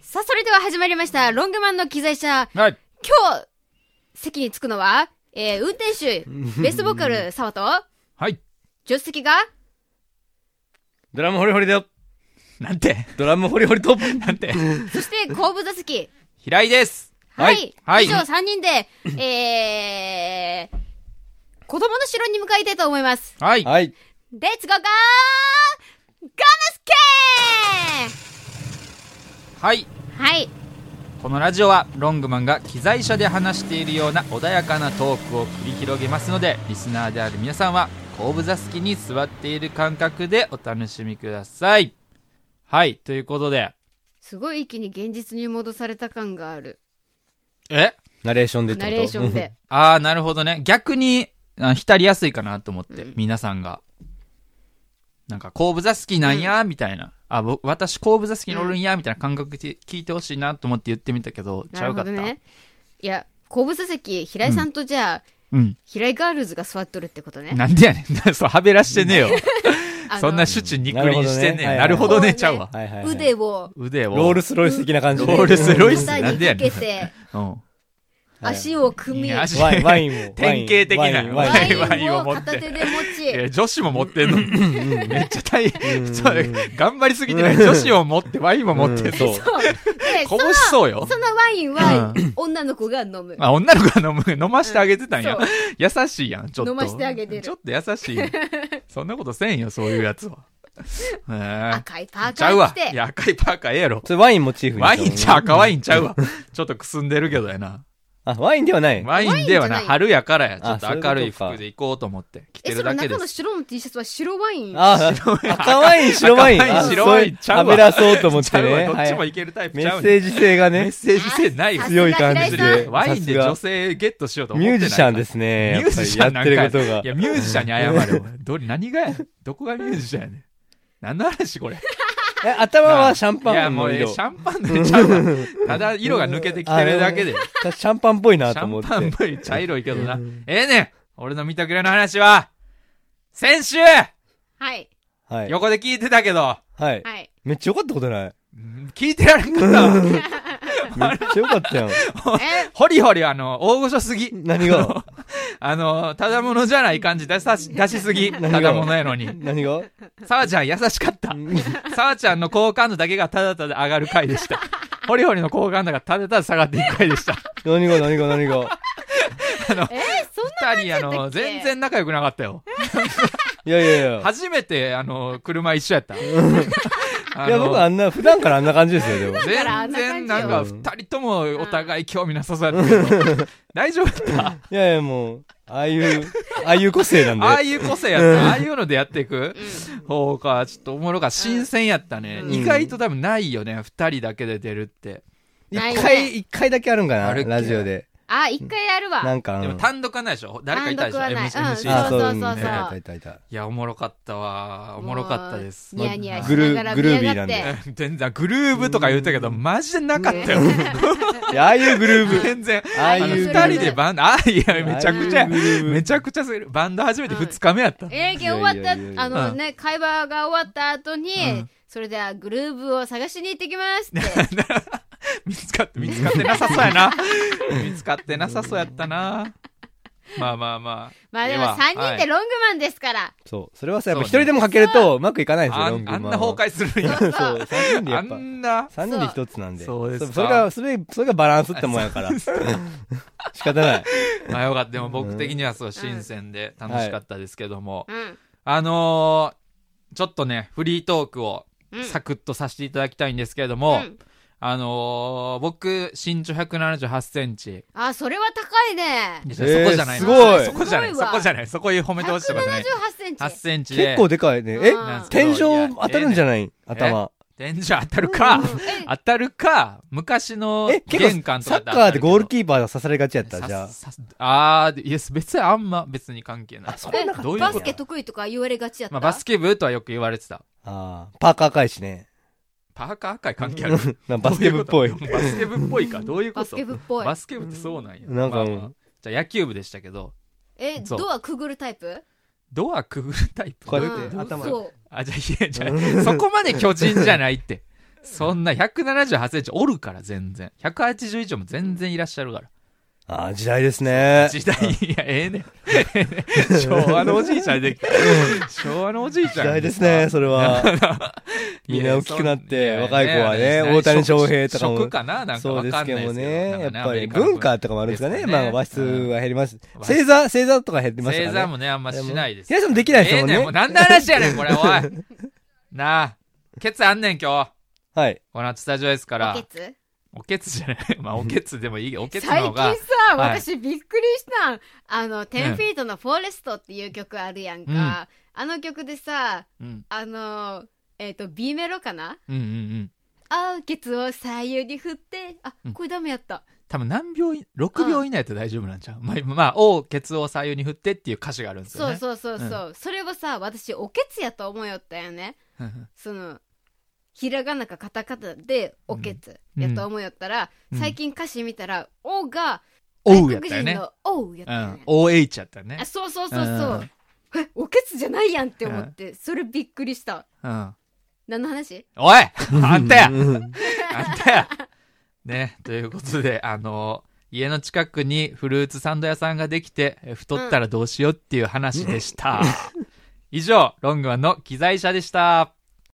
さあ、それでは始まりました。ロングマンの機材車。 はい。 今日、席に着くのは、運転手、ベストボーカル、沢と、 はい。 助手席が、 ドラムホリホリだよ。 なんてドラムホリホリと。 なんてそして後部座席。 平井です。 はい。 はい。 以上3人で、子供の城に向かいたいと思います。 はい。 はい。 レッツゴーゴーガナスケはい。 ーはい。 このラジオはロングマンが機材車で話しているような穏やかなトークを繰り広げますので、リスナーである皆さんは後部座席に座っている感覚でお楽しみください。はい。ということで。 すごい一気に現実に戻された感がある。 ナレーションでってこと？ ナレーションで。 あー、なるほどね。逆に、浸りやすいかなと思って、皆さんが。なんか後部座席なんや、みたいな。私後部座席におるんや、みたいな感覚で聞いてほしいなと思って言ってみたけど、ちゃうかった。 なるほどね。いや、後部座席、平井さんとじゃあ、平井ガールズが座っとるってことね。 なんでやねん。そう、はべらしてねえよ。そんな手中肉林してんねん。なるほどね、ちゃうわ。 腕を。 ロールスロイス的な感じで。 ロールスロイスなんでやねん。足を組み、 ワインも。 典型的なワインを片手で持ち。 女子も持ってんの。めっちゃ大変。頑張りすぎてない。女子を持ってワインも持ってんの。そう。こぼしそうよ。 そのワインは女の子が飲む。 女の子が飲ましてあげてたんや。優しいやん、ちょっと。 飲ましてあげてる。 ちょっと優しい。そんなことせんよ、そういうやつは。 赤いパーカー着て。 ちゃうわ。いや、赤いパーカーええやろ。 それワインモチーフに。 ワインちゃう、赤ワインちゃうわ。ちょっとくすんでるけどやな。 ワインではない。 ワインではない。春やからや。ちょっと明るい服で行こうと思って着てるだけです。 その中の白の T シャツは白ワイン。 赤ワイン、白ワイン。 白ワインちゃうわ。 はべらそうと思ってね。 どっちもいけるタイプちゃう。 メッセージ性がね。 メッセージ性ない。 強い感じで。 ワインで女性ゲットしようと思ってない。 ミュージシャンですね。 ミュージシャンなんか。 やってることが。 いや、ミュージシャンに謝れよ。何がやどこがミュージシャンやねん。何の話これ。 頭はシャンパンの色。 いや、もうシャンパンでちゃうわ。ただ色が抜けてきてるだけで。 シャンパンっぽいなと思って。 シャンパンっぽい茶色いけどな。ええねん俺の見たくれの話は、先週はい。 横で聞いてたけど。 はい。めっちゃよかったことない？ 聞いてられんかったわ。 めっちゃよかったやん。 ホリホリ大御所すぎ。 何がただものじゃない感じ出しすぎ。ただものやのに。 何がさわちゃん優しかった。さわちゃんの好感度だけがただただ上がる回でした。ホリホリの好感度がただただ下がっていく回でした。 何がそんな感じだっけ？ 全然仲良くなかったよ。 いや。 初めて、車一緒やった。 いや、僕普段からあんな感じですよ、でも。 全然なんか、二人ともお互い興味なさそうやったけど。大丈夫だった？ いや、もう、ああいう個性なんで。 ああいう個性やった。ああいうのでやっていく方か、ちょっとおもろか。新鮮やったね。意外と多分ないよね、二人だけで出るって。 一回だけあるんかな、ラジオで。 一回やるわ。 なんか、 でも単独はないでしょ？誰かいたでしょ？ MC。 そう。 いや、おもろかったわ。おもろかったです。 ニヤニヤしながらグルービーなんで。 全然、グルーブとか言ったけど、マジでなかったよ。 いや、ああいうグルーブ。 全然。 二人でバンド、いや、めちゃくちゃ、めちゃくちゃすぎる。バンド始めて2日目やった。 終わった、会話が終わった後に、それではグルーブを探しに行ってきますって。 見つかってなさそうやな。見つかってなさそうやったな。まあでも 3人ってロングマンですから。 そう。それはさ、やっぱ一人でもかけるとうまくいかないんですよ、ロングマン。 あんな崩壊するんや。 そう。3人でやっぱ。3人で一つなんで。そうです。それがバランスってもんやから。仕方ない。 まあよかった。でも僕的にはそう、新鮮で楽しかったですけども。ちょっとね、フリートークをサクッとさせていただきたいんですけれども、僕、身長178センチ。 それは高いね。 そこじゃない。 すごい。 そこじゃない。そこいう褒めてほしいとかじゃない。 178 センチ。 結構でかいね。天井当たるんじゃない頭。 天井当たるか、昔の玄関とかサッカーでゴールキーパーが刺されがちやった、じゃあ。いや、別に別に関係ない。 どういうバスケ得意とか言われがちやった？ バスケ部とはよく言われてた。 パーカー赤いしね。 パーカー赤い関係ある？ バスケ部っぽい。 バスケ部っぽいか。どういうこと？ バスケ部っぽい。 バスケ部ってそうなんや。 なんかじゃあ野球部でしたけど。 ドアくぐるタイプ？ ドアくぐるタイプ？ こうやって頭。 じゃあそこまで巨人じゃないって。 そんな178センチおるから全然。180以上も全然いらっしゃるから。 ああ、時代ですね。 時代、いや、ええねん。昭和のおじいちゃんできた。昭和のおじいちゃん。 時代ですね、それは。みんな大きくなって、若い子はね、大谷翔平とかも。 食かななんかわかんないですけど。 そうですけどね。やっぱり文化とかもあるんですかね。まあ和室は減ります。星座とか減ってますからね。 星座もね、あんましないです。 皆さんもできないですもんね。 もう何の話やねん、これ、おい。なあ、ケツあんねん、今日。 はい。 この後スタジオですから。おけつじゃない。まあ、おけつでもいい。おけつの方が。 最近さ、私びっくりしたん。10フィートのフォレストっていう曲あるやんか。あの曲でさ、B メロかなおけつを左右に振って、これダメやった。 多分何秒、6秒以内だと大丈夫なんちゃう？まあ、おけつを左右に振ってっていう歌詞があるんですよね。 そう。それをさ、私、おけつやと思いよったよね。ひらがなかカタカナでおけつやと思いよったら、最近歌詞見たら、おが、 おうやったよね。 おうやったよね。 OH やったね。 そう。おけつじゃないやんって思って、それびっくりした。何の話？ おいあんたやね、ということで、家の近くにフルーツサンド屋さんができて、太ったらどうしようっていう話でした。以上、ロングマンの機材車でした。